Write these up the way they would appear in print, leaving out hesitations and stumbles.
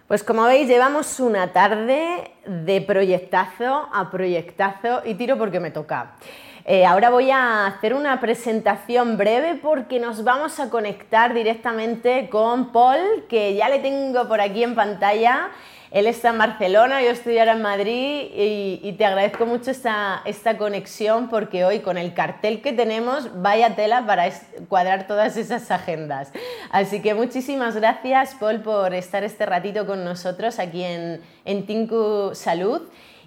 Pues como veis, llevamos una tarde de proyectazo a proyectazo y tiro porque me toca. Ahora voy a hacer una presentación breve porque nos vamos a conectar directamente con Paul, que ya le tengo por aquí en pantalla. Él está en Barcelona, yo estoy ahora en Madrid y te agradezco mucho esta conexión porque hoy con el cartel que tenemos, vaya tela para cuadrar todas esas agendas. Así que muchísimas gracias, Paul, por estar este ratito con nosotros aquí en Tinku Salud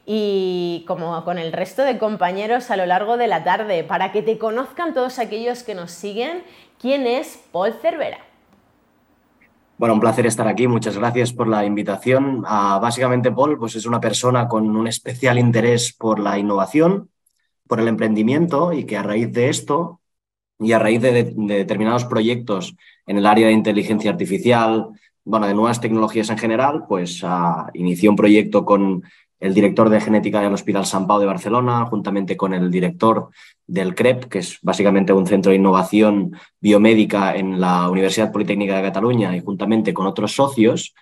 y como con el resto de compañeros a lo largo de la tarde, para que te conozcan todos aquellos que nos siguen. ¿Quién es Paul Cervera? Bueno, un placer estar aquí. Muchas gracias por la invitación. Básicamente, Paul, pues es una persona con un especial interés por la innovación, por el emprendimiento y que a raíz de esto y a raíz de determinados proyectos en el área de inteligencia artificial, bueno, de nuevas tecnologías en general, pues inició un proyecto con el director de genética del Hospital Sant Pau de Barcelona, juntamente con el director del CREP, que es básicamente un centro de innovación biomédica en la Universidad Politécnica de Cataluña, y juntamente con otros socios,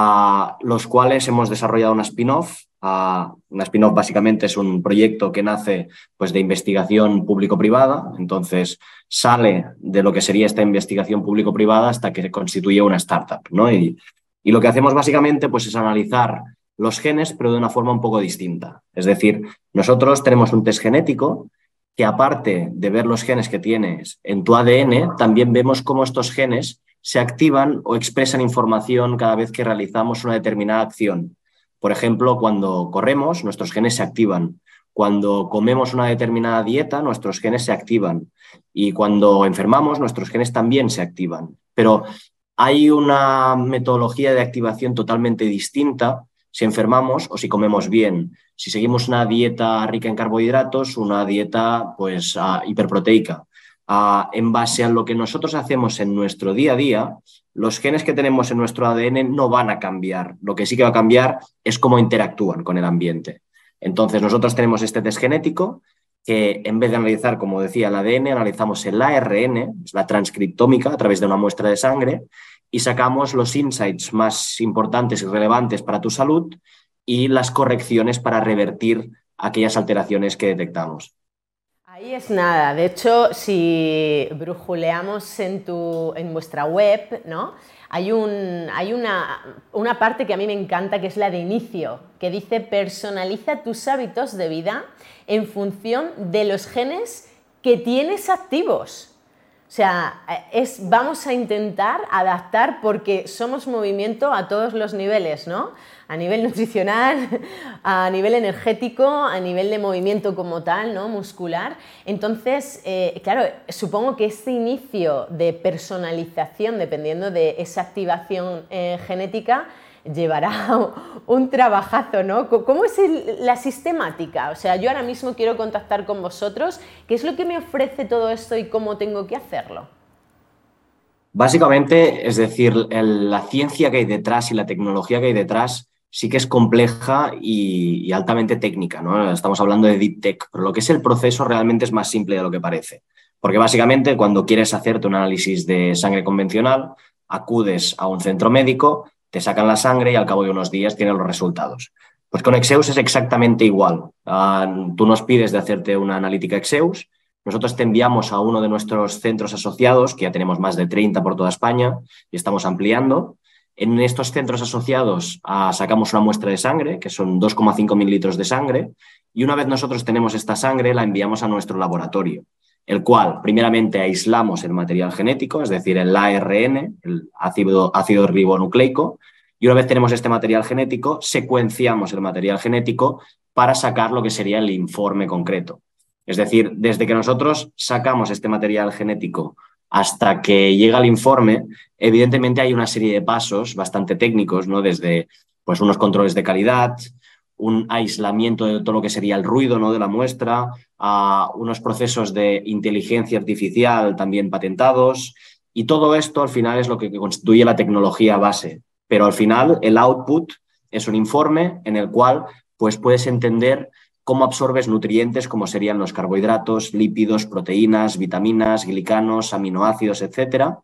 los cuales hemos desarrollado una spin-off. Una spin-off básicamente es un proyecto que nace pues, de investigación público-privada, entonces sale de lo que sería esta investigación público-privada hasta que se constituye una startup, ¿no? Y lo que hacemos básicamente pues, es analizar los genes, pero de una forma un poco distinta. Es decir, nosotros tenemos un test genético que, aparte de ver los genes que tienes en tu ADN, también vemos cómo estos genes se activan o expresan información cada vez que realizamos una determinada acción. Por ejemplo, cuando corremos, nuestros genes se activan. Cuando comemos una determinada dieta, nuestros genes se activan. Y cuando enfermamos, nuestros genes también se activan. Pero hay una metodología de activación totalmente distinta si enfermamos o si comemos bien. Si seguimos una dieta rica en carbohidratos, una dieta pues, hiperproteica. En base a lo que nosotros hacemos en nuestro día a día, los genes que tenemos en nuestro ADN no van a cambiar. Lo que sí que va a cambiar es cómo interactúan con el ambiente. Entonces, nosotros tenemos este test genético que, en vez de analizar, como decía, el ADN, analizamos el ARN, es la transcriptómica, a través de una muestra de sangre, y sacamos los insights más importantes y relevantes para tu salud y las correcciones para revertir aquellas alteraciones que detectamos. Ahí es nada. De hecho, si brujuleamos en vuestra web, ¿no? Hay una parte que a mí me encanta, que es la de inicio, que dice: personaliza tus hábitos de vida en función de los genes que tienes activos. O sea, vamos a intentar adaptar, porque somos movimiento a todos los niveles, ¿no? A nivel nutricional, a nivel energético, a nivel de movimiento como tal, ¿no? Muscular. Entonces, claro, supongo que este inicio de personalización, dependiendo de esa activación genética, llevará un trabajazo, ¿no? ¿Cómo es la sistemática? O sea, yo ahora mismo quiero contactar con vosotros. ¿Qué es lo que me ofrece todo esto y cómo tengo que hacerlo? Básicamente, es decir, la ciencia que hay detrás y la tecnología que hay detrás sí que es compleja y altamente técnica, ¿no? Estamos hablando de deep tech, pero lo que es el proceso realmente es más simple de lo que parece. Porque básicamente, cuando quieres hacerte un análisis de sangre convencional, acudes a un centro médico, te sacan la sangre y al cabo de unos días tienes los resultados. Pues con Exeus es exactamente igual. Tú nos pides de hacerte una analítica Exeus. Nosotros te enviamos a uno de nuestros centros asociados, que ya tenemos más de 30 por toda España y estamos ampliando. En estos centros asociados sacamos una muestra de sangre, que son 2,5 mililitros de sangre, y una vez nosotros tenemos esta sangre, la enviamos a nuestro laboratorio, el cual primeramente aislamos el material genético, es decir, el ARN, el ácido ribonucleico, y una vez tenemos este material genético, secuenciamos el material genético para sacar lo que sería el informe concreto. Es decir, desde que nosotros sacamos este material genético hasta que llega el informe, evidentemente hay una serie de pasos bastante técnicos, ¿no? Desde pues, unos controles de calidad, un aislamiento de todo lo que sería el ruido, ¿no? De la muestra, a unos procesos de inteligencia artificial también patentados, y todo esto al final es lo que constituye la tecnología base. Pero al final el output es un informe en el cual pues, puedes entender cómo absorbes nutrientes como serían los carbohidratos, lípidos, proteínas, vitaminas, glicanos, aminoácidos, etcétera,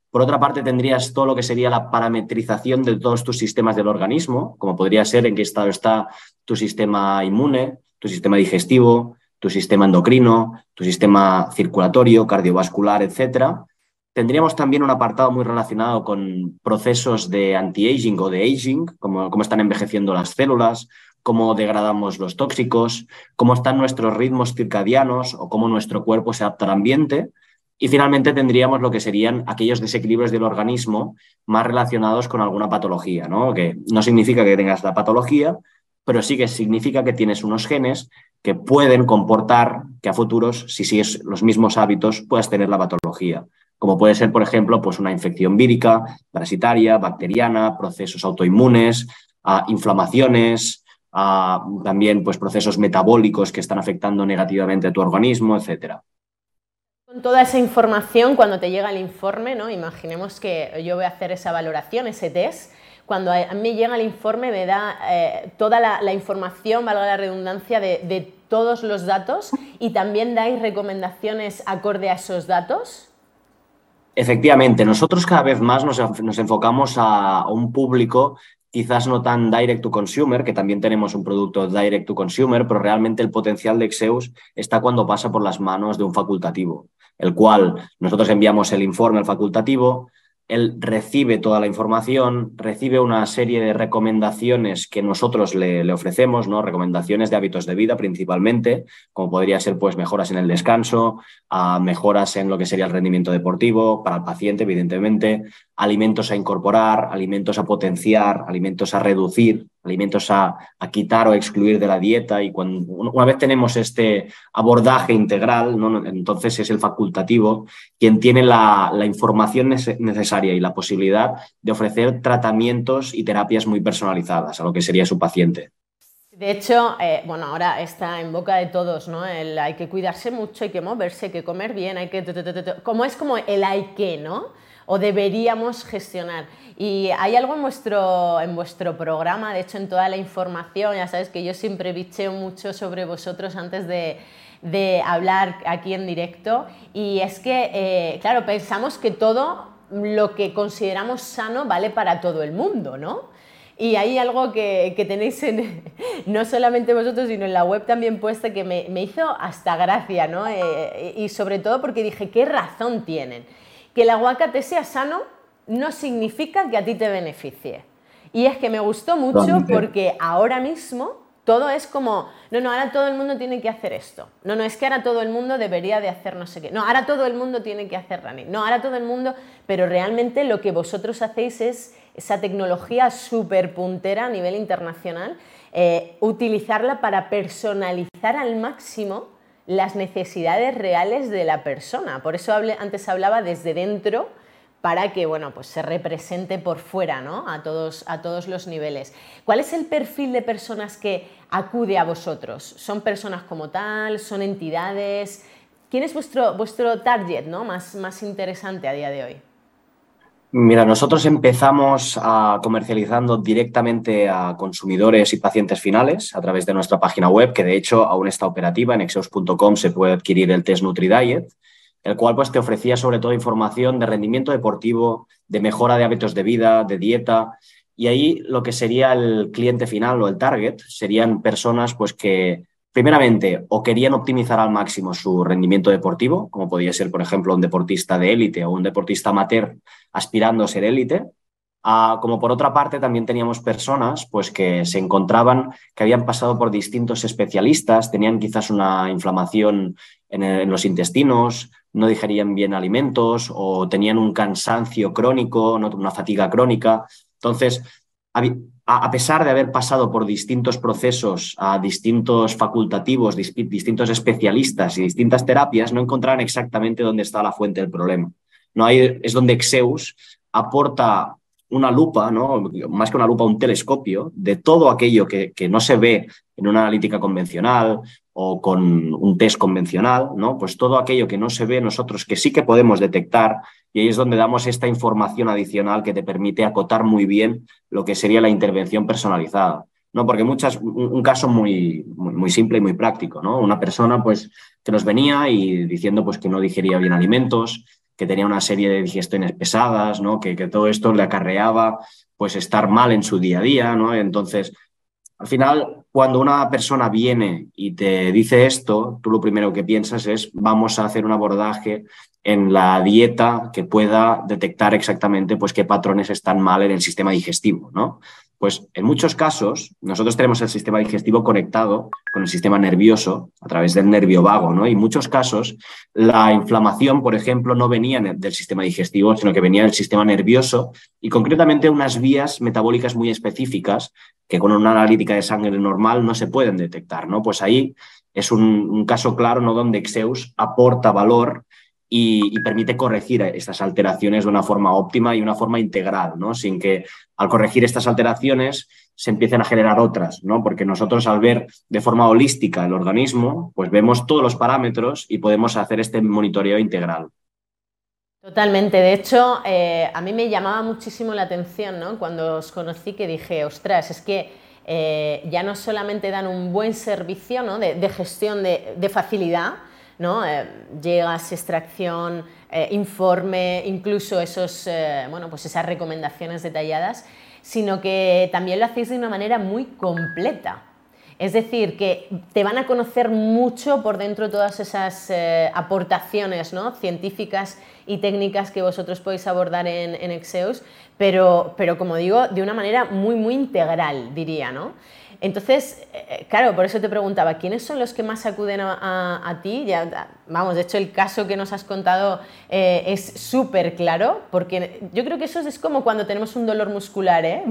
Por otra parte, tendrías todo lo que sería la parametrización de todos tus sistemas del organismo, como podría ser en qué estado está tu sistema inmune, tu sistema digestivo, tu sistema endocrino, tu sistema circulatorio, cardiovascular, etcétera. Tendríamos también un apartado muy relacionado con procesos de anti-aging o de aging, como cómo están envejeciendo las células, cómo degradamos los tóxicos, cómo están nuestros ritmos circadianos o cómo nuestro cuerpo se adapta al ambiente. Y finalmente tendríamos lo que serían aquellos desequilibrios del organismo más relacionados con alguna patología, ¿no? Que no significa que tengas la patología, pero sí que significa que tienes unos genes que pueden comportar que a futuros, si sigues los mismos hábitos, puedas tener la patología. Como puede ser, por ejemplo, pues una infección vírica, parasitaria, bacteriana, procesos autoinmunes, inflamaciones, también pues, procesos metabólicos que están afectando negativamente a tu organismo, etcétera. Con toda esa información, cuando te llega el informe, ¿no? Imaginemos que yo voy a hacer esa valoración, ese test. Cuando a mí me llega el informe, me da toda la información, valga la redundancia, de todos los datos, y también dais recomendaciones acorde a esos datos. Efectivamente, nosotros cada vez más nos enfocamos a un público quizás no tan direct to consumer, que también tenemos un producto direct to consumer, pero realmente el potencial de Exeus está cuando pasa por las manos de un facultativo, el cual nosotros enviamos el informe al facultativo, él recibe toda la información, recibe una serie de recomendaciones que nosotros le ofrecemos, ¿no? Recomendaciones de hábitos de vida principalmente, como podría ser pues, mejoras en el descanso, mejoras en lo que sería el rendimiento deportivo para el paciente, evidentemente, alimentos a incorporar, alimentos a potenciar, alimentos a reducir, alimentos a quitar o excluir de la dieta. Y una vez tenemos este abordaje integral, ¿no? Entonces es el facultativo quien tiene la información necesaria y la posibilidad de ofrecer tratamientos y terapias muy personalizadas a lo que sería su paciente. De hecho, bueno, ahora está en boca de todos, ¿no? Hay que cuidarse mucho, hay que moverse, hay que comer bien, hay que... Como es como el hay que, ¿no? O deberíamos gestionar. Y hay algo en vuestro programa, de hecho en toda la información, ya sabes que yo siempre bicheo mucho sobre vosotros antes de hablar aquí en directo, y es que, claro, pensamos que todo lo que consideramos sano vale para todo el mundo, ¿no? Y hay algo que tenéis no solamente vosotros, sino en la web también puesta, que me hizo hasta gracia, ¿no? Y sobre todo porque dije, ¿qué razón tienen? Que el aguacate sea sano no significa que a ti te beneficie. Y es que me gustó mucho porque ahora mismo todo es como, no, ahora todo el mundo tiene que hacer esto. No, es que ahora todo el mundo debería de hacer no sé qué. No, ahora todo el mundo tiene que hacer running. No, ahora todo el mundo... Pero realmente lo que vosotros hacéis es esa tecnología súper puntera a nivel internacional, utilizarla para personalizar al máximo las necesidades reales de la persona. Por eso antes hablaba desde dentro, para que bueno, pues se represente por fuera, ¿no? a todos los niveles. ¿Cuál es el perfil de personas que acude a vosotros? ¿Son personas como tal? ¿Son entidades? ¿Quién es vuestro target, ¿no? más interesante a día de hoy? Mira, nosotros empezamos comercializando directamente a consumidores y pacientes finales a través de nuestra página web, que de hecho aún está operativa. En exeus.com se puede adquirir el test NutriDiet, el cual pues, te ofrecía sobre todo información de rendimiento deportivo, de mejora de hábitos de vida, de dieta. Y ahí lo que sería el cliente final o el target serían personas pues, que primeramente o querían optimizar al máximo su rendimiento deportivo, como podía ser, por ejemplo, un deportista de élite o un deportista amateur aspirando a ser élite. Como por otra parte también teníamos personas pues, que se encontraban, que habían pasado por distintos especialistas, tenían quizás una inflamación en los intestinos, no digerían bien alimentos o tenían un cansancio crónico, una fatiga crónica. Entonces, a pesar de haber pasado por distintos procesos, a distintos facultativos, distintos especialistas y distintas terapias, no encontraban exactamente dónde está la fuente del problema. No hay, es donde Exeus aporta una lupa, ¿no? Más que una lupa, un telescopio de todo aquello que no se ve en una analítica convencional o con un test convencional, ¿no? Pues todo aquello que no se ve nosotros, que sí que podemos detectar, y ahí es donde damos esta información adicional que te permite acotar muy bien lo que sería la intervención personalizada, ¿no? Porque un caso muy simple y muy práctico, ¿no? Una persona pues, que nos venía y diciendo pues, que no digería bien alimentos, que tenía una serie de digestiones pesadas, ¿no? Que todo esto le acarreaba pues estar mal en su día a día, ¿no? Entonces, al final, cuando una persona viene y te dice esto, tú lo primero que piensas es vamos a hacer un abordaje en la dieta que pueda detectar exactamente pues, qué patrones están mal en el sistema digestivo, ¿no? Pues en muchos casos nosotros tenemos el sistema digestivo conectado con el sistema nervioso a través del nervio vago, ¿no? Y en muchos casos la inflamación, por ejemplo, no venía del sistema digestivo, sino que venía del sistema nervioso y concretamente unas vías metabólicas muy específicas que con una analítica de sangre normal no se pueden detectar, ¿no? Pues ahí es un caso claro, ¿no? Donde Exeus aporta valor y permite corregir estas alteraciones de una forma óptima y una forma integral, ¿no? Sin que al corregir estas alteraciones se empiecen a generar otras, ¿no? Porque nosotros al ver de forma holística el organismo, pues vemos todos los parámetros y podemos hacer este monitoreo integral. Totalmente. De hecho, a mí me llamaba muchísimo la atención, ¿no? Cuando os conocí, que dije, ostras, es que ya no solamente dan un buen servicio, ¿no? de gestión de facilidad, ¿no? Llegas, extracción, informe, incluso bueno, pues esas recomendaciones detalladas, sino que también lo hacéis de una manera muy completa. Es decir, que te van a conocer mucho por dentro todas esas aportaciones, ¿no? científicas y técnicas que vosotros podéis abordar en Exeus, pero como digo, de una manera muy, muy integral, diría, ¿no? Entonces, claro, por eso te preguntaba, ¿quiénes son los que más acuden a ti? Ya, vamos, de hecho el caso que nos has contado es súper claro, porque yo creo que eso es como cuando tenemos un dolor muscular, ¿eh?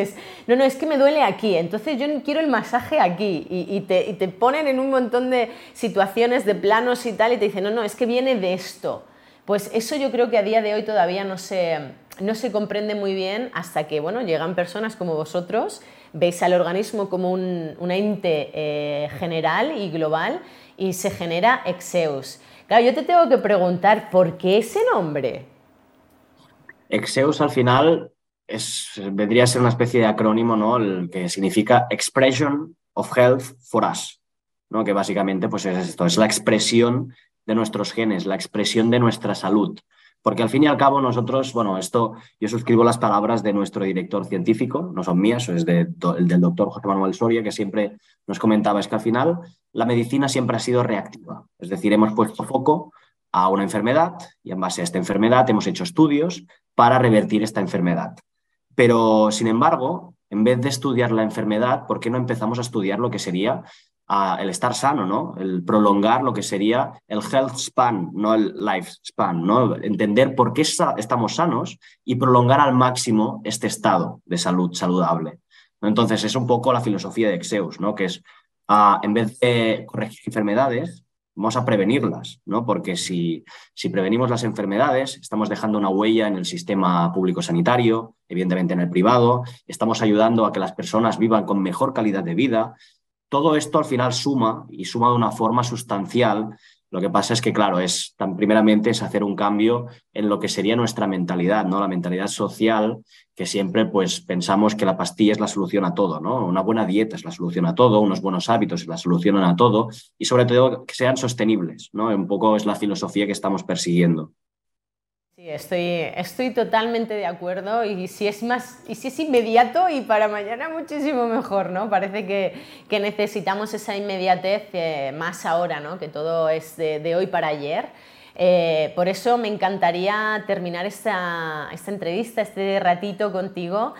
No, es que me duele aquí, entonces yo quiero el masaje aquí, y te ponen en un montón de situaciones, de planos y tal, y te dicen, no, es que viene de esto. Pues eso yo creo que a día de hoy todavía no se comprende muy bien hasta que, bueno, llegan personas como vosotros, veis al organismo como un ente general y global y se genera Exeus. Claro, yo te tengo que preguntar, ¿por qué ese nombre? Exeus al final vendría a ser una especie de acrónimo, ¿no? El que significa Expression of Health for Us, ¿no? Que básicamente pues es esto, es la expresión de nuestros genes, la expresión de nuestra salud. Porque al fin y al cabo nosotros, bueno, esto yo suscribo las palabras de nuestro director científico, no son mías, es el del doctor José Manuel Soria, que siempre nos comentaba, es que al final la medicina siempre ha sido reactiva. Es decir, hemos puesto foco a una enfermedad y en base a esta enfermedad hemos hecho estudios para revertir esta enfermedad. Pero, sin embargo, en vez de estudiar la enfermedad, ¿por qué no empezamos a estudiar lo que sería el estar sano, ¿no? El prolongar lo que sería el health span, no el life span, ¿no? Entender por qué estamos sanos y prolongar al máximo este estado de salud saludable. Entonces, es un poco la filosofía de Exeus, ¿no? Que es, en vez de corregir enfermedades, vamos a prevenirlas, ¿no? Porque si prevenimos las enfermedades, estamos dejando una huella en el sistema público sanitario, evidentemente en el privado, estamos ayudando a que las personas vivan con mejor calidad de vida. Todo esto al final suma y suma de una forma sustancial. Lo que pasa es que, claro, primeramente es hacer un cambio en lo que sería nuestra mentalidad, ¿no? La mentalidad social, que siempre pues pensamos que la pastilla es la solución a todo, ¿no? Una buena dieta es la solución a todo, unos buenos hábitos es la solución a todo y sobre todo que sean sostenibles, ¿no? Un poco es la filosofía que estamos persiguiendo. Sí, estoy totalmente de acuerdo y si es inmediato y para mañana muchísimo mejor, ¿no? Parece que necesitamos esa inmediatez más ahora, ¿no? Que todo es de hoy para ayer. Por eso me encantaría terminar esta entrevista, este ratito contigo,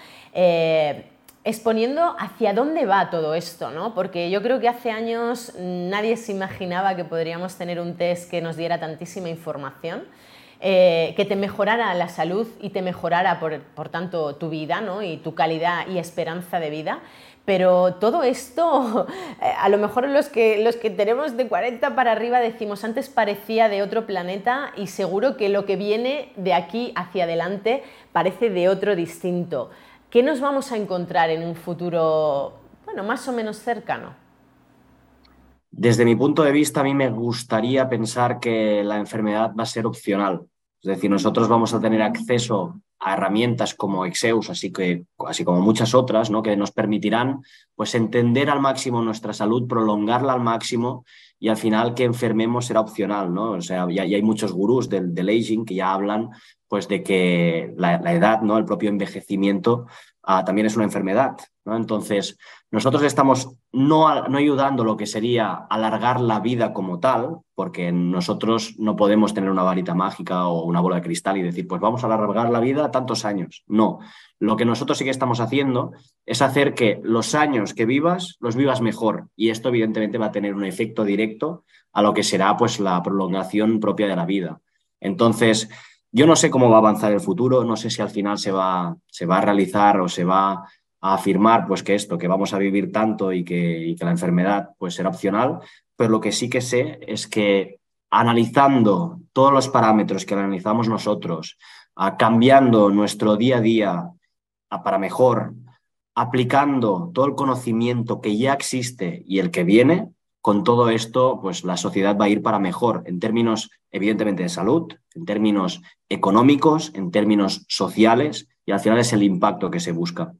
exponiendo hacia dónde va todo esto, ¿no? Porque yo creo que hace años nadie se imaginaba que podríamos tener un test que nos diera tantísima información. Que te mejorara la salud y te mejorara, por tanto, tu vida, ¿no? Y tu calidad y esperanza de vida. Pero todo esto, a lo mejor los que tenemos de 40 para arriba decimos, antes parecía de otro planeta y seguro que lo que viene de aquí hacia adelante parece de otro distinto. ¿Qué nos vamos a encontrar en un futuro, bueno, más o menos cercano? Desde mi punto de vista, a mí me gustaría pensar que la enfermedad va a ser opcional. Es decir, nosotros vamos a tener acceso a herramientas como Exeus, así como muchas otras, ¿no? Que nos permitirán pues, entender al máximo nuestra salud, prolongarla al máximo y al final que enfermemos será opcional, ¿no? O sea, ya hay muchos gurús del aging que ya hablan pues de que la edad, ¿no? El propio envejecimiento también es una enfermedad, ¿no? Entonces, nosotros estamos no ayudando lo que sería alargar la vida como tal, porque nosotros no podemos tener una varita mágica o una bola de cristal y decir, pues vamos a alargar la vida tantos años. No, lo que nosotros sí que estamos haciendo es hacer que los años que vivas los vivas mejor y esto evidentemente va a tener un efecto directo a lo que será pues la prolongación propia de la vida. Entonces, yo no sé cómo va a avanzar el futuro, no sé si al final se va a realizar o se va a afirmar pues que esto, que vamos a vivir tanto y que la enfermedad pues será opcional, pero lo que sí que sé es que analizando todos los parámetros que analizamos nosotros, cambiando nuestro día a día para mejor, aplicando todo el conocimiento que ya existe y el que viene, con todo esto, pues la sociedad va a ir para mejor en términos, evidentemente, de salud, en términos económicos, en términos sociales, y al final es el impacto que se busca.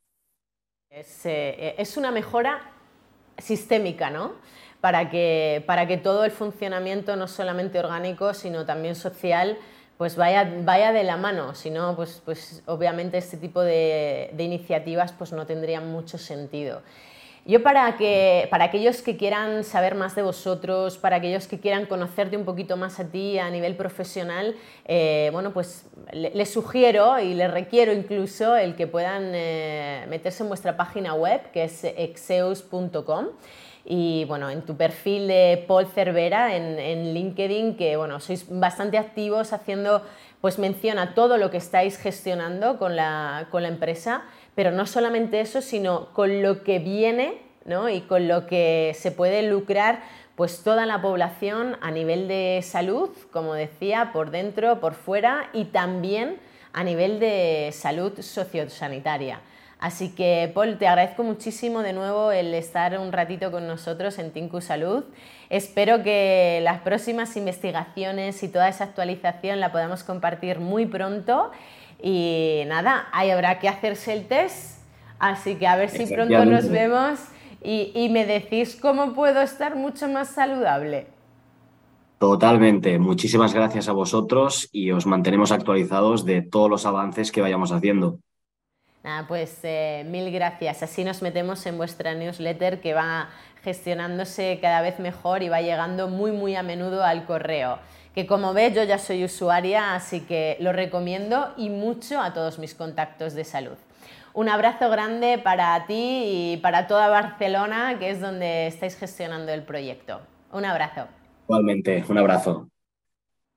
Es una mejora sistémica, ¿no? Para que todo el funcionamiento, no solamente orgánico, sino también social, pues vaya de la mano. Si no, pues obviamente este tipo de iniciativas pues no tendrían mucho sentido. Yo para aquellos que quieran saber más de vosotros, para aquellos que quieran conocerte un poquito más a ti a nivel profesional, bueno, pues les sugiero y les requiero incluso el que puedan meterse en vuestra página web, que es exeus.com. Y bueno, en tu perfil de Paul Cervera en LinkedIn, que bueno, sois bastante activos haciendo pues mención a todo lo que estáis gestionando con la empresa, pero no solamente eso, sino con lo que viene, ¿no? Y con lo que se puede lucrar pues toda la población a nivel de salud, como decía, por dentro, por fuera y también a nivel de salud sociosanitaria. Así que, Paul, te agradezco muchísimo de nuevo el estar un ratito con nosotros en Tinku Salud. Espero que las próximas investigaciones y toda esa actualización la podamos compartir muy pronto. Y nada, ahí habrá que hacerse el test. Así que a ver si pronto nos vemos y me decís cómo puedo estar mucho más saludable. Totalmente. Muchísimas gracias a vosotros y os mantenemos actualizados de todos los avances que vayamos haciendo. Nada, pues mil gracias. Así nos metemos en vuestra newsletter que va gestionándose cada vez mejor y va llegando muy a menudo al correo. Que como ves yo ya soy usuaria, así que lo recomiendo y mucho a todos mis contactos de salud. Un abrazo grande para ti y para toda Barcelona, que es donde estáis gestionando el proyecto. Un abrazo. Igualmente, un abrazo.